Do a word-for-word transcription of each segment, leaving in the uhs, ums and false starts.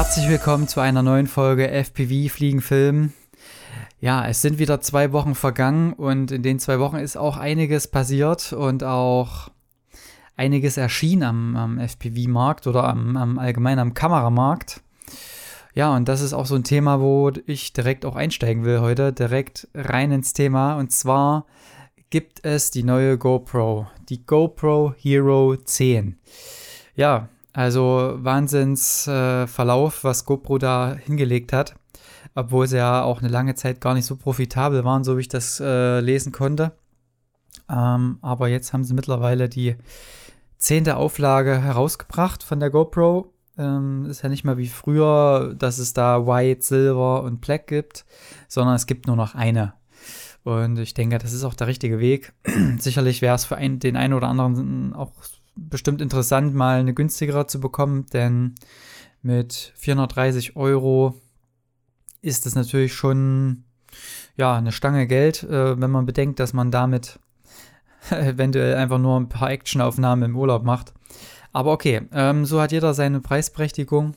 Herzlich willkommen zu einer neuen Folge F P V Fliegen Film. Ja, es sind wieder zwei Wochen vergangen und in den zwei Wochen ist auch einiges passiert und auch einiges erschienen am, am F P V-Markt oder am, am allgemein am Kameramarkt. Ja, und das ist auch so ein Thema, wo ich direkt auch einsteigen will heute, direkt rein ins Thema. Und zwar gibt es die neue GoPro, die GoPro Hero zehn. Ja, also Wahnsinnsverlauf, äh, was GoPro da hingelegt hat, obwohl sie ja auch eine lange Zeit gar nicht so profitabel waren, so wie ich das äh, lesen konnte. Ähm, aber jetzt haben sie mittlerweile die zehnte Auflage herausgebracht von der GoPro. Ähm, ist ja nicht mehr wie früher, dass es da White, Silver und Black gibt, sondern es gibt nur noch eine. Und ich denke, das ist auch der richtige Weg. Sicherlich wäre es für ein, den einen oder anderen auch bestimmt interessant, mal eine günstigere zu bekommen, denn mit vierhundertdreißig Euro ist es natürlich schon ja, eine Stange Geld, äh, wenn man bedenkt, dass man damit eventuell einfach nur ein paar Actionaufnahmen im Urlaub macht. Aber okay, ähm, so hat jeder seine Preisberechtigung.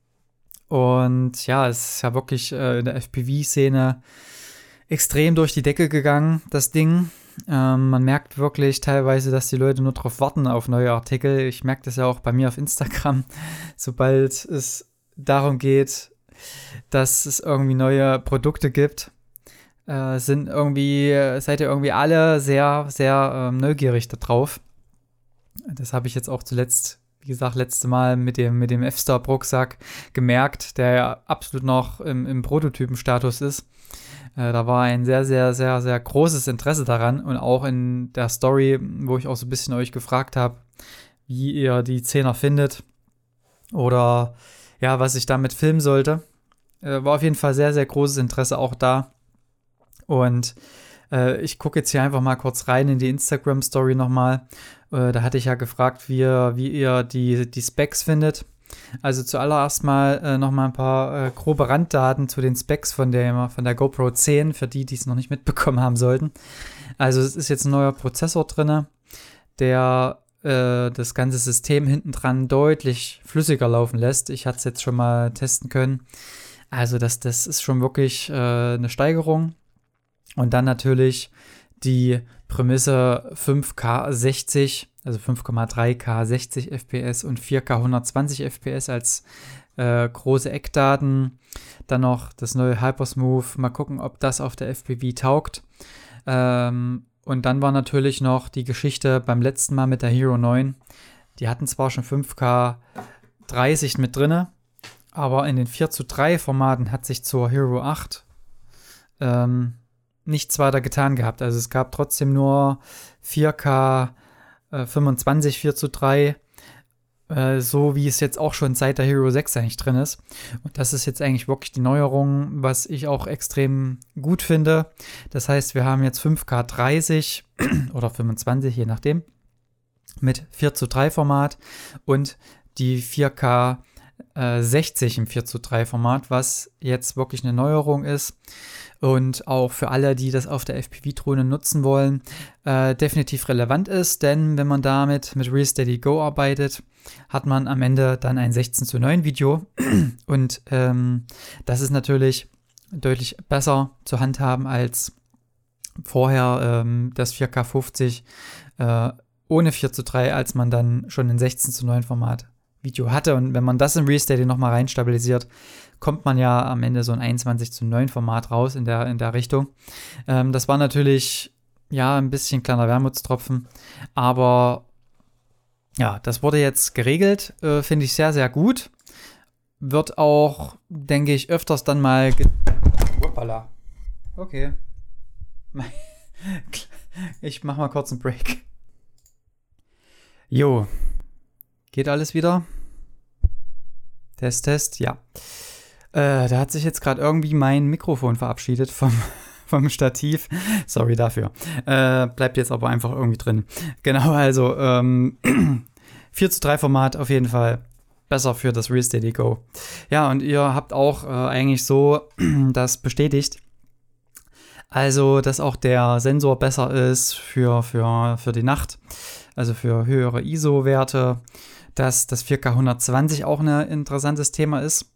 Und ja, es ist ja wirklich äh, in der F P V-Szene extrem durch die Decke gegangen, das Ding. Ähm, man merkt wirklich teilweise, dass die Leute nur darauf warten auf neue Artikel. Ich merke das ja auch bei mir auf Instagram. Sobald es darum geht, dass es irgendwie neue Produkte gibt, äh, sind irgendwie, seid ihr irgendwie alle sehr, sehr ähm, neugierig darauf. Das habe ich jetzt auch zuletzt, wie gesagt, letzte Mal mit dem, mit dem F-Stop-Rucksack gemerkt, der ja absolut noch im, im Prototypenstatus ist. Äh, da war ein sehr, sehr, sehr, sehr großes Interesse daran und auch in der Story, wo ich auch so ein bisschen euch gefragt habe, wie ihr die Zehner findet oder ja, was ich damit filmen sollte. Äh, war auf jeden Fall sehr, sehr großes Interesse auch da. Und äh, ich gucke jetzt hier einfach mal kurz rein in die Instagram-Story nochmal. Äh, da hatte ich ja gefragt, wie ihr, wie ihr die, die Specs findet. Also zuallererst mal äh, nochmal ein paar äh, grobe Randdaten zu den Specs von der, von der GoPro zehn, für die, die es noch nicht mitbekommen haben sollten. Also es ist jetzt ein neuer Prozessor drin, der äh, das ganze System hinten dran deutlich flüssiger laufen lässt. Ich hatte es jetzt schon mal testen können. Also das, das ist schon wirklich äh, eine Steigerung. Und dann natürlich die Prämisse fünf K sechzig, also fünf Komma drei K sechzig F P S und vier K hundertzwanzig F P S als äh, große Eckdaten. Dann noch das neue Hypersmooth. Mal gucken, ob das auf der F P V taugt. Ähm, und dann war natürlich noch die Geschichte beim letzten Mal mit der Hero neun. Die hatten zwar schon fünf K dreißig mit drin, aber in den vier zu drei Formaten hat sich zur Hero acht ähm, nichts weiter getan gehabt. Also es gab trotzdem nur vier K fünfundzwanzig vier zu drei, äh, so wie es jetzt auch schon seit der Hero sechs eigentlich drin ist. Und das ist jetzt eigentlich wirklich die Neuerung, was ich auch extrem gut finde. Das heißt, wir haben jetzt fünf K dreißig oder fünfundzwanzig, je nachdem, mit vier zu drei Format und die vier K sechzig im vier zu drei Format, was jetzt wirklich eine Neuerung ist. Und auch für alle, die das auf der F P V-Drohne nutzen wollen, äh, definitiv relevant ist, denn wenn man damit mit RealSteady-Go arbeitet, hat man am Ende dann ein sechzehn zu neun Video und ähm, das ist natürlich deutlich besser zu handhaben als vorher ähm, das vier K fünfzig äh, ohne vier zu drei, als man dann schon ein sechzehn zu neun Format Video hatte. Und wenn man das in RealSteady nochmal rein stabilisiert, kommt man ja am Ende so ein einundzwanzig zu neun Format raus in der, in der Richtung. Ähm, das war natürlich, ja, ein bisschen kleiner Wermutstropfen, aber ja, das wurde jetzt geregelt, äh, finde ich sehr, sehr gut. Wird auch, denke ich, öfters dann mal ge- Hoppala. Okay. Ich mach mal kurz einen Break. Jo. Geht alles wieder? Test, Test, ja. Äh, da hat sich jetzt gerade irgendwie mein Mikrofon verabschiedet vom, vom Stativ. Sorry dafür. Äh, bleibt jetzt aber einfach irgendwie drin. Genau, also ähm, vier zu drei Format auf jeden Fall besser für das RealSteady-Go. Ja, und ihr habt auch äh, eigentlich so das bestätigt. Also, dass auch der Sensor besser ist für, für, für die Nacht, also für höhere I S O-Werte, dass das vier K hundertzwanzig auch ein interessantes Thema ist.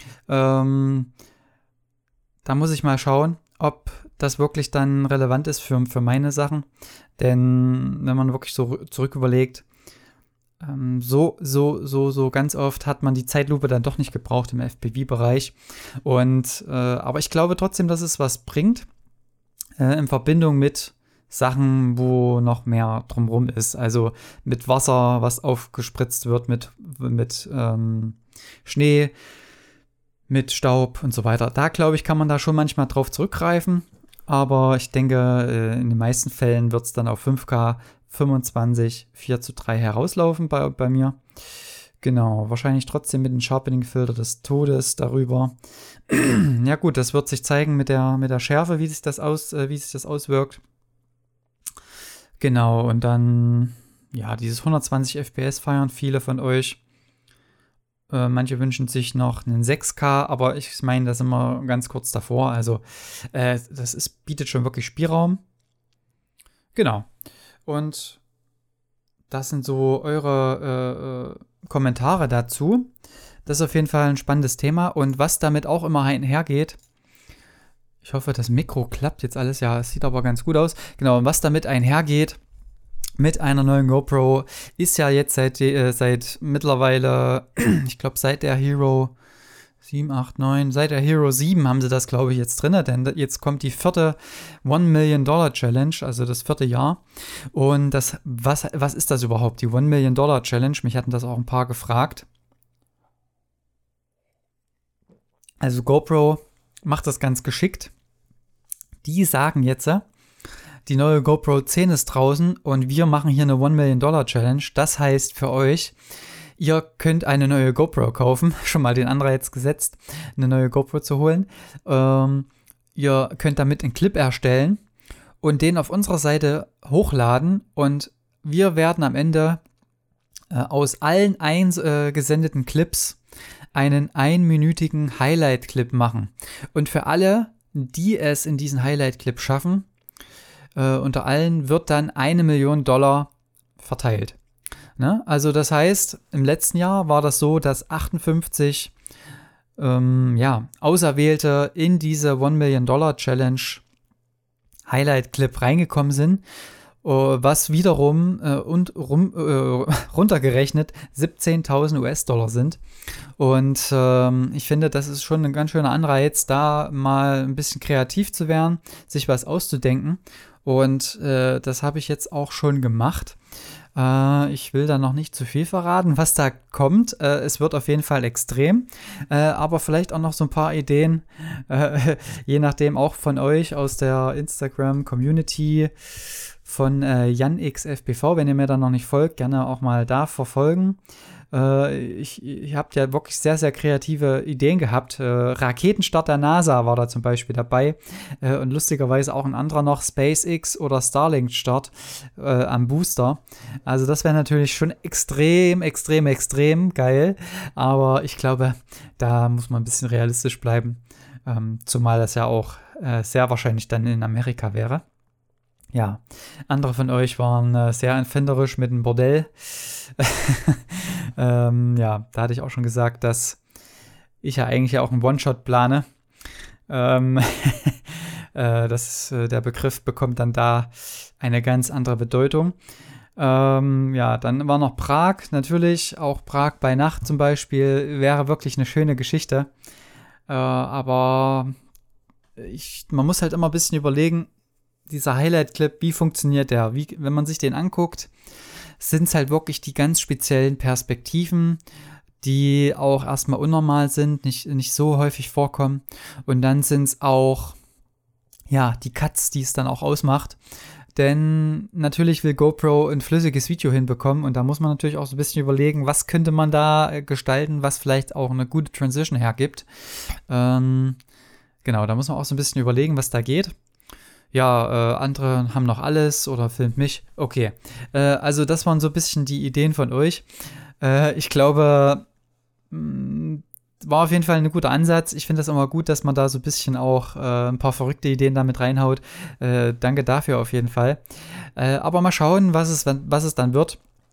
Ähm, da muss ich mal schauen, ob das wirklich dann relevant ist für, für meine Sachen. Denn wenn man wirklich so zurück überlegt, ähm, so, so, so, so ganz oft hat man die Zeitlupe dann doch nicht gebraucht im F P V-Bereich. Und, äh, aber ich glaube trotzdem, dass es was bringt, äh, in Verbindung mit Sachen, wo noch mehr drumrum ist. Also mit Wasser, was aufgespritzt wird, mit, mit ähm, Schnee, mit Staub und so weiter. Da, glaube ich, kann man da schon manchmal drauf zurückgreifen. Aber ich denke, in den meisten Fällen wird es dann auf fünf K fünfundzwanzig vier zu drei herauslaufen bei, bei mir. Genau, wahrscheinlich trotzdem mit dem Sharpening-Filter des Todes darüber. Ja gut, das wird sich zeigen mit der, mit der Schärfe, wie sich das aus, äh, wie sich das auswirkt. Genau, und dann, ja, dieses hundertzwanzig F P S feiern viele von euch. Äh, manche wünschen sich noch einen sechs K, aber ich meine, das sind wir ganz kurz davor. Also, äh, das ist, bietet schon wirklich Spielraum. Genau. Und das sind so eure äh, Kommentare dazu. Das ist auf jeden Fall ein spannendes Thema. Und was damit auch immer einhergeht, ich hoffe, das Mikro klappt jetzt alles. Ja, es sieht aber ganz gut aus. Genau, und was damit einhergeht mit einer neuen GoPro ist ja jetzt seit, äh, seit mittlerweile, ich glaube seit der Hero sieben, acht, neun, seit der Hero sieben haben sie das, glaube ich, jetzt drin, denn jetzt kommt die vierte One Million Dollar Challenge, also das vierte Jahr. Und das, was, was ist das überhaupt, die One Million Dollar Challenge? Mich hatten das auch ein paar gefragt. Also GoPro macht das ganz geschickt. Die sagen jetzt, die neue GoPro zehn ist draußen und wir machen hier eine One Million Dollar Challenge. Das heißt für euch, ihr könnt eine neue GoPro kaufen, schon mal den Anreiz gesetzt, eine neue GoPro zu holen. Ähm, ihr könnt damit einen Clip erstellen und den auf unserer Seite hochladen und wir werden am Ende äh, aus allen eingesendeten äh, Clips einen einminütigen Highlight-Clip machen. Und für alle, die es in diesen Highlight-Clip schaffen, äh, unter allen wird dann eine Million Dollar verteilt. Ne? Also das heißt, im letzten Jahr war das so, dass achtundfünfzig ähm, ja, Auserwählte in diese One Million Dollar Challenge Highlight-Clip reingekommen sind, uh, was wiederum äh, und rum, äh, runtergerechnet siebzehntausend US-Dollar sind. Und ähm, ich finde, das ist schon ein ganz schöner Anreiz, da mal ein bisschen kreativ zu werden, sich was auszudenken. Und äh, das habe ich jetzt auch schon gemacht. Äh, ich will da noch nicht zu viel verraten, was da kommt. Äh, es wird auf jeden Fall extrem. Äh, aber vielleicht auch noch so ein paar Ideen, äh, je nachdem auch von euch aus der Instagram-Community von äh, JanXFPV. Wenn ihr mir da noch nicht folgt, gerne auch mal da verfolgen. Äh, ich ich habe ja wirklich sehr, sehr kreative Ideen gehabt. Äh, Raketenstart der NASA war da zum Beispiel dabei. Äh, und lustigerweise auch ein anderer noch, SpaceX oder Starlink-Start äh, am Booster. Also das wäre natürlich schon extrem, extrem, extrem geil. Aber ich glaube, da muss man ein bisschen realistisch bleiben. Ähm, zumal das ja auch äh, sehr wahrscheinlich dann in Amerika wäre. Ja, andere von euch waren äh, sehr erfinderisch mit dem Bordell. ähm, ja, da hatte ich auch schon gesagt, dass ich ja eigentlich auch einen One-Shot plane. Ähm, äh, das, äh, der Begriff bekommt dann da eine ganz andere Bedeutung. Ähm, ja, dann war noch Prag, natürlich, auch Prag bei Nacht zum Beispiel, wäre wirklich eine schöne Geschichte. Äh, aber ich, man muss halt immer ein bisschen überlegen, dieser Highlight-Clip, wie funktioniert der? Wie, wenn man sich den anguckt, sind es halt wirklich die ganz speziellen Perspektiven, die auch erstmal unnormal sind, nicht, nicht so häufig vorkommen. Und dann sind es auch, ja, die Cuts, die es dann auch ausmacht. Denn natürlich will GoPro ein flüssiges Video hinbekommen und da muss man natürlich auch so ein bisschen überlegen, was könnte man da gestalten, was vielleicht auch eine gute Transition hergibt. Ähm, genau, da muss man auch so ein bisschen überlegen, was da geht. Ja, äh, andere haben noch alles oder filmt mich. Okay, äh, also das waren so ein bisschen die Ideen von euch. Äh, ich glaube, mh, war auf jeden Fall ein guter Ansatz. Ich finde das immer gut, dass man da so ein bisschen auch äh, ein paar verrückte Ideen damit reinhaut. Äh, danke dafür auf jeden Fall. Äh, aber mal schauen, was es, was es dann wird.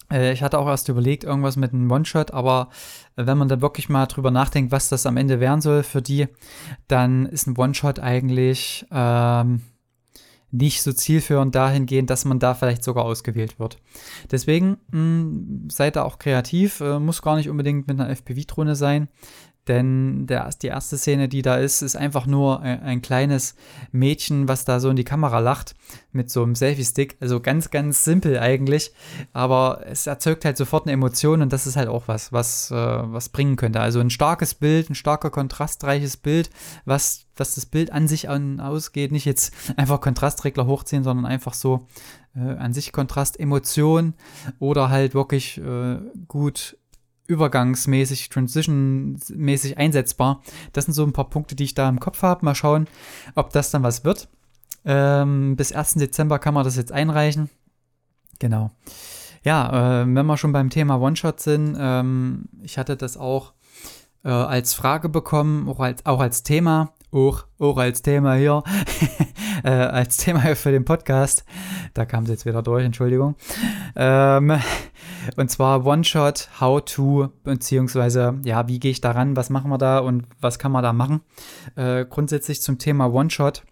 Äh, ich hatte auch erst überlegt, irgendwas mit einem One-Shot, aber äh, wenn man dann wirklich mal drüber nachdenkt, was das am Ende werden soll für die, dann ist ein One-Shot eigentlich ähm, nicht so zielführend dahingehend, dass man da vielleicht sogar ausgewählt wird. Deswegen mh, seid da auch kreativ, äh, muss gar nicht unbedingt mit einer F P V-Drohne sein, denn der, die erste Szene, die da ist, ist einfach nur ein, ein kleines Mädchen, was da so in die Kamera lacht mit so einem Selfie-Stick, also ganz, ganz simpel eigentlich, aber es erzeugt halt sofort eine Emotion und das ist halt auch was, was, äh, was bringen könnte. Also ein starkes Bild, ein starker, kontrastreiches Bild, was, was das Bild an sich an, ausgeht, nicht jetzt einfach Kontrastregler hochziehen, sondern einfach so äh, an sich Kontrast, Emotion oder halt wirklich äh, gut übergangsmäßig, transition-mäßig einsetzbar. Das sind so ein paar Punkte, die ich da im Kopf habe. Mal schauen, ob das dann was wird. Ähm, bis ersten Dezember kann man das jetzt einreichen. Genau. Ja, äh, wenn wir schon beim Thema One-Shot sind, ähm, ich hatte das auch äh, als Frage bekommen, auch als, auch als Thema, auch, auch als Thema hier, äh, als Thema für den Podcast. Da kam es jetzt wieder durch, Entschuldigung. Ähm, und zwar One-Shot, how to, beziehungsweise, ja, wie gehe ich da ran, was machen wir da und was kann man da machen? Äh, grundsätzlich zum Thema One-Shot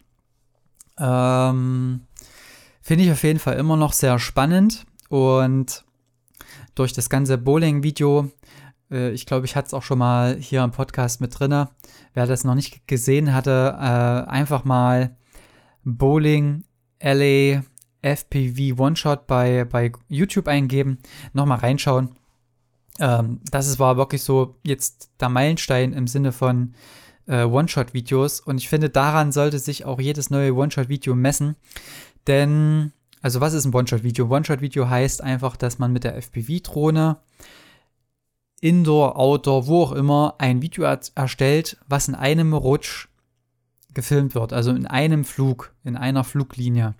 ähm, finde ich auf jeden Fall immer noch sehr spannend und durch das ganze Bowling-Video, äh, ich glaube, ich hatte es auch schon mal hier im Podcast mit drin, wer das noch nicht gesehen hatte, äh, einfach mal Bowling L A F P V One-Shot bei, bei YouTube eingeben, nochmal reinschauen. Ähm, das ist, war wirklich so jetzt der Meilenstein im Sinne von äh, One-Shot-Videos und ich finde, daran sollte sich auch jedes neue One-Shot-Video messen, denn, also was ist ein One-Shot-Video? One-Shot-Video heißt einfach, dass man mit der F P V-Drohne Indoor, Outdoor, wo auch immer, ein Video er- erstellt, was in einem Rutsch gefilmt wird, also in einem Flug, in einer Fluglinie.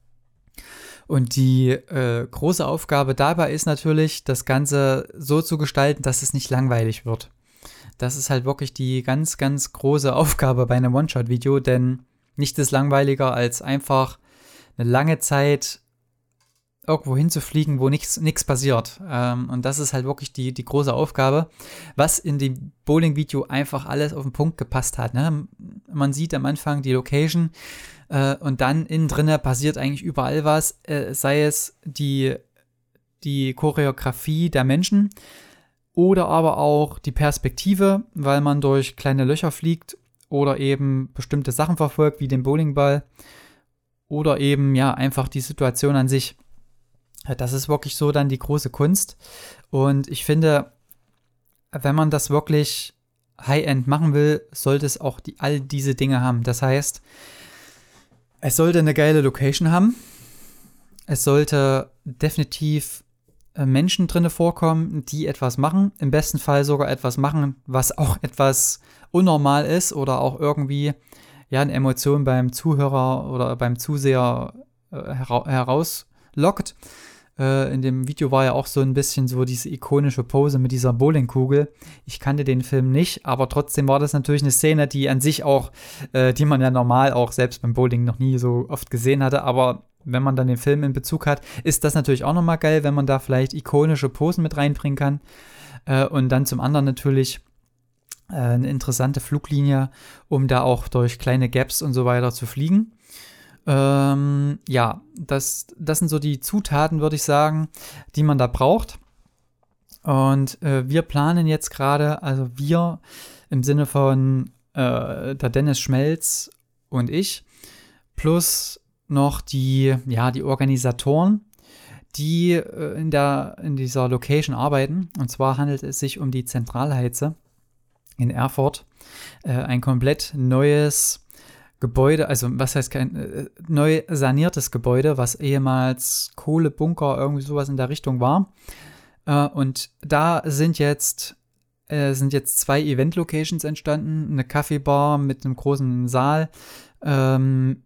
Und die äh, große Aufgabe dabei ist natürlich, das Ganze so zu gestalten, dass es nicht langweilig wird. Das ist halt wirklich die ganz, ganz große Aufgabe bei einem One-Shot-Video, denn nichts ist langweiliger, als einfach eine lange Zeit irgendwo hinzufliegen, wo nichts nichts passiert. Ähm, und das ist halt wirklich die, die große Aufgabe, was in dem Bowling-Video einfach alles auf den Punkt gepasst hat. Ne? Man sieht am Anfang die Location, äh, und dann innen drinne passiert eigentlich überall was, äh, sei es die, die Choreografie der Menschen oder aber auch die Perspektive, weil man durch kleine Löcher fliegt oder eben bestimmte Sachen verfolgt, wie den Bowlingball oder eben ja einfach die Situation an sich. Das ist wirklich so dann die große Kunst und ich finde, wenn man das wirklich High-End machen will, sollte es auch die, all diese Dinge haben. Das heißt, es sollte eine geile Location haben, es sollte definitiv äh, Menschen drinne vorkommen, die etwas machen, im besten Fall sogar etwas machen, was auch etwas unnormal ist oder auch irgendwie ja eine Emotion beim Zuhörer oder beim Zuseher äh, hera- herauslockt. Äh, in dem Video war ja auch so ein bisschen so diese ikonische Pose mit dieser Bowlingkugel. Ich kannte den Film nicht, aber trotzdem war das natürlich eine Szene, die an sich auch, äh, die man ja normal auch selbst beim Bowling noch nie so oft gesehen hatte, aber wenn man dann den Film in Bezug hat, ist das natürlich auch nochmal geil, wenn man da vielleicht ikonische Posen mit reinbringen kann. Äh, und dann zum anderen natürlich äh, eine interessante Fluglinie, um da auch durch kleine Gaps und so weiter zu fliegen. Ähm, ja, das, das sind so die Zutaten, würde ich sagen, die man da braucht. Und äh, wir planen jetzt gerade, also wir im Sinne von äh, der Dennis Schmelz und ich, plus noch die, ja, die Organisatoren, die äh, in, der, in dieser Location arbeiten. Und zwar handelt es sich um die Zentralheize in Erfurt. Äh, ein komplett neues Gebäude, also was heißt kein äh, neu saniertes Gebäude, was ehemals Kohlebunker, irgendwie sowas in der Richtung war. Äh, und da sind jetzt, äh, sind jetzt zwei Event-Locations entstanden, eine Kaffeebar mit einem großen Saal, ähm,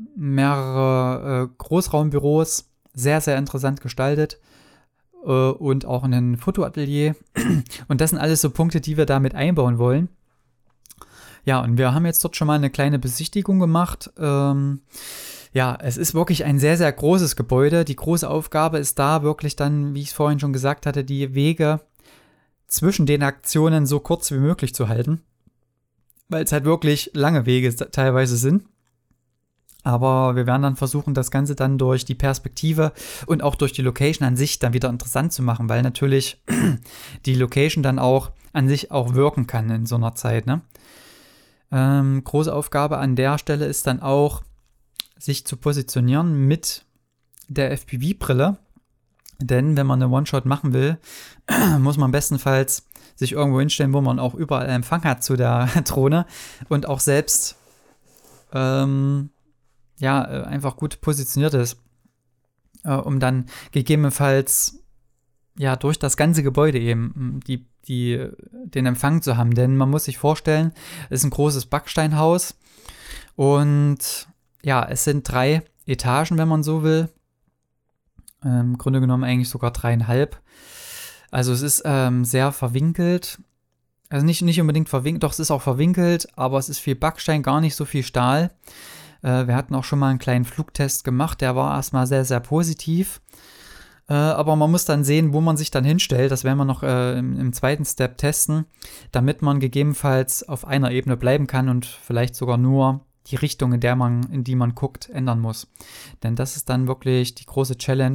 mehrere äh, Großraumbüros, sehr, sehr interessant gestaltet äh, und auch ein Fotoatelier. Und das sind alles so Punkte, die wir damit einbauen wollen. Ja, und wir haben jetzt dort schon mal eine kleine Besichtigung gemacht. Ähm, Ja, es ist wirklich ein sehr, sehr großes Gebäude. Die große Aufgabe ist da wirklich dann, wie ich es vorhin schon gesagt hatte, die Wege zwischen den Aktionen so kurz wie möglich zu halten, weil es halt wirklich lange Wege teilweise sind. Aber wir werden dann versuchen, das Ganze dann durch die Perspektive und auch durch die Location an sich dann wieder interessant zu machen, weil natürlich die Location dann auch an sich auch wirken kann in so einer Zeit. Ne? Ähm, große Aufgabe an der Stelle ist dann auch, sich zu positionieren mit der F P V-Brille. Denn wenn man eine One-Shot machen will, muss man bestenfalls sich irgendwo hinstellen, wo man auch überall Empfang hat zu der Drohne und auch selbst ähm, ja, einfach gut positioniert ist, äh, um dann gegebenenfalls ja durch das ganze Gebäude eben die, die, den Empfang zu haben. Denn man muss sich vorstellen, es ist ein großes Backsteinhaus und ja, es sind drei Etagen, wenn man so will. Ähm, Im Grunde genommen eigentlich sogar dreieinhalb. Also es ist ähm, sehr verwinkelt. Also nicht, nicht unbedingt verwinkelt, doch es ist auch verwinkelt, aber es ist viel Backstein, gar nicht so viel Stahl. Äh, wir hatten auch schon mal einen kleinen Flugtest gemacht, der war erstmal sehr, sehr positiv. Äh, aber man muss dann sehen, wo man sich dann hinstellt. Das werden wir noch äh, im, im zweiten Step testen, damit man gegebenenfalls auf einer Ebene bleiben kann und vielleicht sogar nur die Richtung, in der man, in die man guckt, ändern muss. Denn das ist dann wirklich die große Challenge,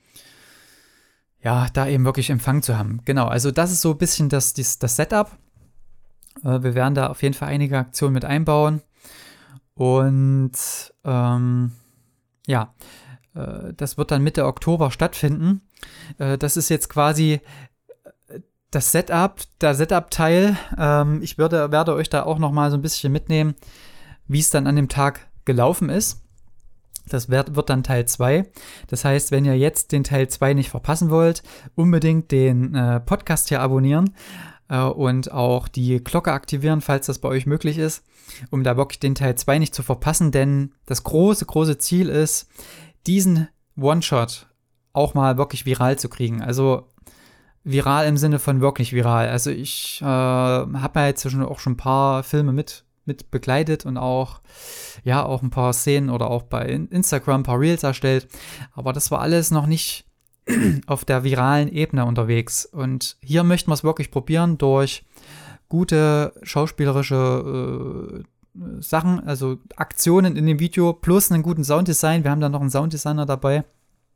ja, da eben wirklich Empfang zu haben. Genau, also das ist so ein bisschen das, das, das Setup. Äh, wir werden da auf jeden Fall einige Aktionen mit einbauen. Und ähm, ja, äh, das wird dann Mitte Oktober stattfinden. Äh, das ist jetzt quasi das Setup, der Setup-Teil. Ähm, ich würde, werde euch da auch noch mal so ein bisschen mitnehmen, wie es dann an dem Tag gelaufen ist. Das wird, wird dann Teil zwei. Das heißt, wenn ihr jetzt den Teil zwei nicht verpassen wollt, unbedingt den äh, Podcast hier abonnieren äh, und auch die Glocke aktivieren, falls das bei euch möglich ist, um da wirklich den Teil zwei nicht zu verpassen, denn das große, große Ziel ist, diesen One-Shot auch mal wirklich viral zu kriegen. Also viral im Sinne von wirklich viral. Also ich äh, habe ja jetzt schon, auch schon ein paar Filme mit mit begleitet und auch, ja, auch ein paar Szenen oder auch bei Instagram ein paar Reels erstellt. Aber das war alles noch nicht auf der viralen Ebene unterwegs. Und hier möchten wir es wirklich probieren durch gute schauspielerische äh, Sachen, also Aktionen in dem Video plus einen guten Sounddesign. Wir haben da noch einen Sounddesigner dabei.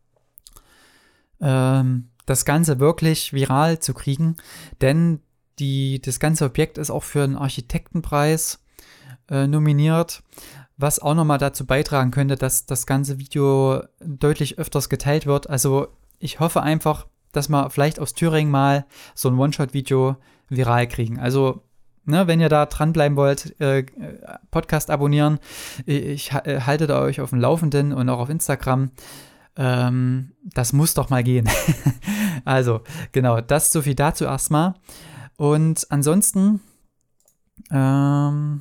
Ähm, das Ganze wirklich viral zu kriegen, denn die, das ganze Objekt ist auch für einen Architektenpreis nominiert, was auch nochmal dazu beitragen könnte, dass das ganze Video deutlich öfters geteilt wird. Also ich hoffe einfach, dass wir vielleicht aus Thüringen mal so ein One-Shot-Video viral kriegen. Also, ne, wenn ihr da dranbleiben wollt, äh, Podcast abonnieren. Ich äh, halte da euch auf dem Laufenden und auch auf Instagram. Ähm, das muss doch mal gehen. Also, genau, das so viel dazu erstmal. Und ansonsten ähm,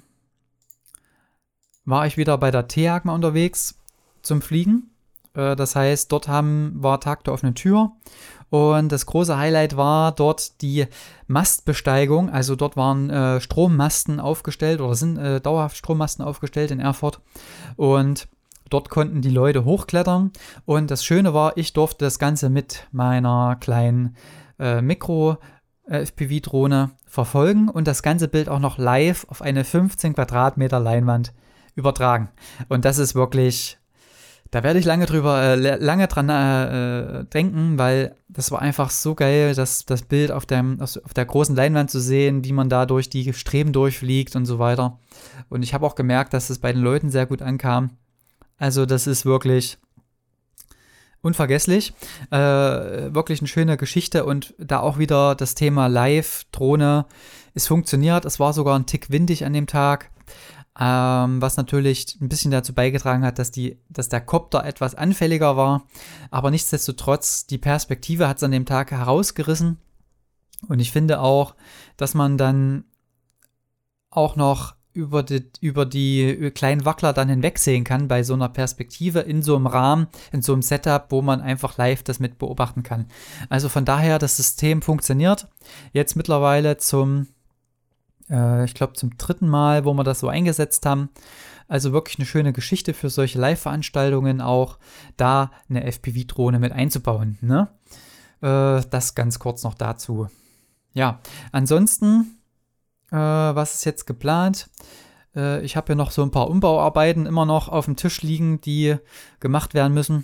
war ich wieder bei der T E A G mal unterwegs zum Fliegen. Äh, das heißt, dort haben, war Tag der offenen Tür. Und das große Highlight war dort die Mastbesteigung. Also dort waren äh, Strommasten aufgestellt oder sind äh, dauerhaft Strommasten aufgestellt in Erfurt. Und dort konnten die Leute hochklettern. Und das Schöne war, ich durfte das Ganze mit meiner kleinen äh, Mikro-F P V-Drohne verfolgen und das ganze Bild auch noch live auf eine fünfzehn Quadratmeter Leinwand übertragen. Und das ist wirklich, da werde ich lange drüber, äh, lange dran äh, denken, weil das war einfach so geil, das, das Bild auf, dem, auf der großen Leinwand zu sehen, wie man da durch die Streben durchfliegt und so weiter. Und ich habe auch gemerkt, dass es bei den Leuten sehr gut ankam. Also das ist wirklich unvergesslich. Äh, wirklich eine schöne Geschichte und da auch wieder das Thema Live-Drohne. Es funktioniert, es war sogar ein Tick windig an dem Tag. Ähm, was natürlich ein bisschen dazu beigetragen hat, dass, die, dass der Kopter etwas anfälliger war. Aber nichtsdestotrotz, die Perspektive hat es an dem Tag herausgerissen. Und ich finde auch, dass man dann auch noch über die, über die kleinen Wackler dann hinwegsehen kann bei so einer Perspektive in so einem Rahmen, in so einem Setup, wo man einfach live das mit beobachten kann. Also von daher, das System funktioniert. Jetzt mittlerweile zum Äh, ich glaube zum dritten Mal, wo wir das so eingesetzt haben. Also wirklich eine schöne Geschichte für solche Live-Veranstaltungen auch, da eine F P V-Drohne mit einzubauen. Ne? Äh, das ganz kurz noch dazu. Ja, ansonsten, äh, was ist jetzt geplant? Äh, ich habe hier noch so ein paar Umbauarbeiten immer noch auf dem Tisch liegen, die gemacht werden müssen.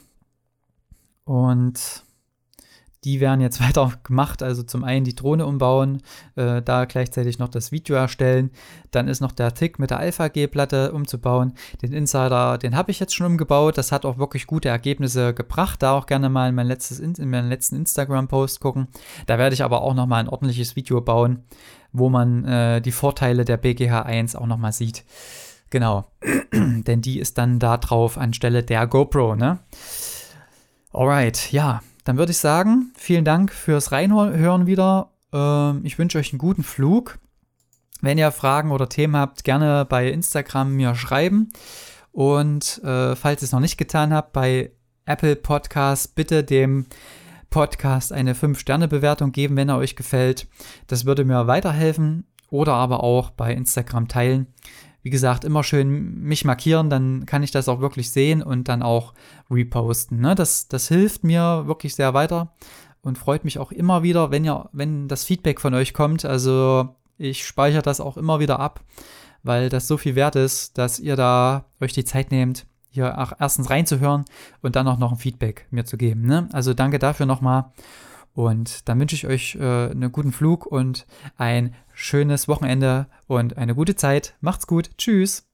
Und die werden jetzt weiter gemacht. Also zum einen die Drohne umbauen, äh, da gleichzeitig noch das Video erstellen. Dann ist noch der Tick mit der Alpha-G-Platte umzubauen. Den Insider, den habe ich jetzt schon umgebaut. Das hat auch wirklich gute Ergebnisse gebracht. Da auch gerne mal in, mein letztes, in meinen letzten Instagram-Post gucken. Da werde ich aber auch noch mal ein ordentliches Video bauen, wo man äh, die Vorteile der B G H eins auch noch mal sieht. Genau. Denn die ist dann da drauf anstelle der GoPro, ne? Alright, ja. Dann würde ich sagen, vielen Dank fürs Reinhören wieder. Ähm, ich wünsche euch einen guten Flug. Wenn ihr Fragen oder Themen habt, gerne bei Instagram mir schreiben. Und äh, falls ihr es noch nicht getan habt, bei Apple Podcasts bitte dem Podcast eine fünf Sterne Bewertung geben, wenn er euch gefällt. Das würde mir weiterhelfen. Oder aber auch bei Instagram teilen. Wie gesagt, immer schön mich markieren, dann kann ich das auch wirklich sehen und dann auch reposten. Ne? Das, das hilft mir wirklich sehr weiter und freut mich auch immer wieder, wenn ihr, wenn das Feedback von euch kommt. Also ich speichere das auch immer wieder ab, weil das so viel wert ist, dass ihr da euch die Zeit nehmt, hier auch erstens reinzuhören und dann auch noch ein Feedback mir zu geben. Ne? Also danke dafür nochmal. Und dann wünsche ich euch äh, einen guten Flug und ein schönes Wochenende und eine gute Zeit. Macht's gut. Tschüss.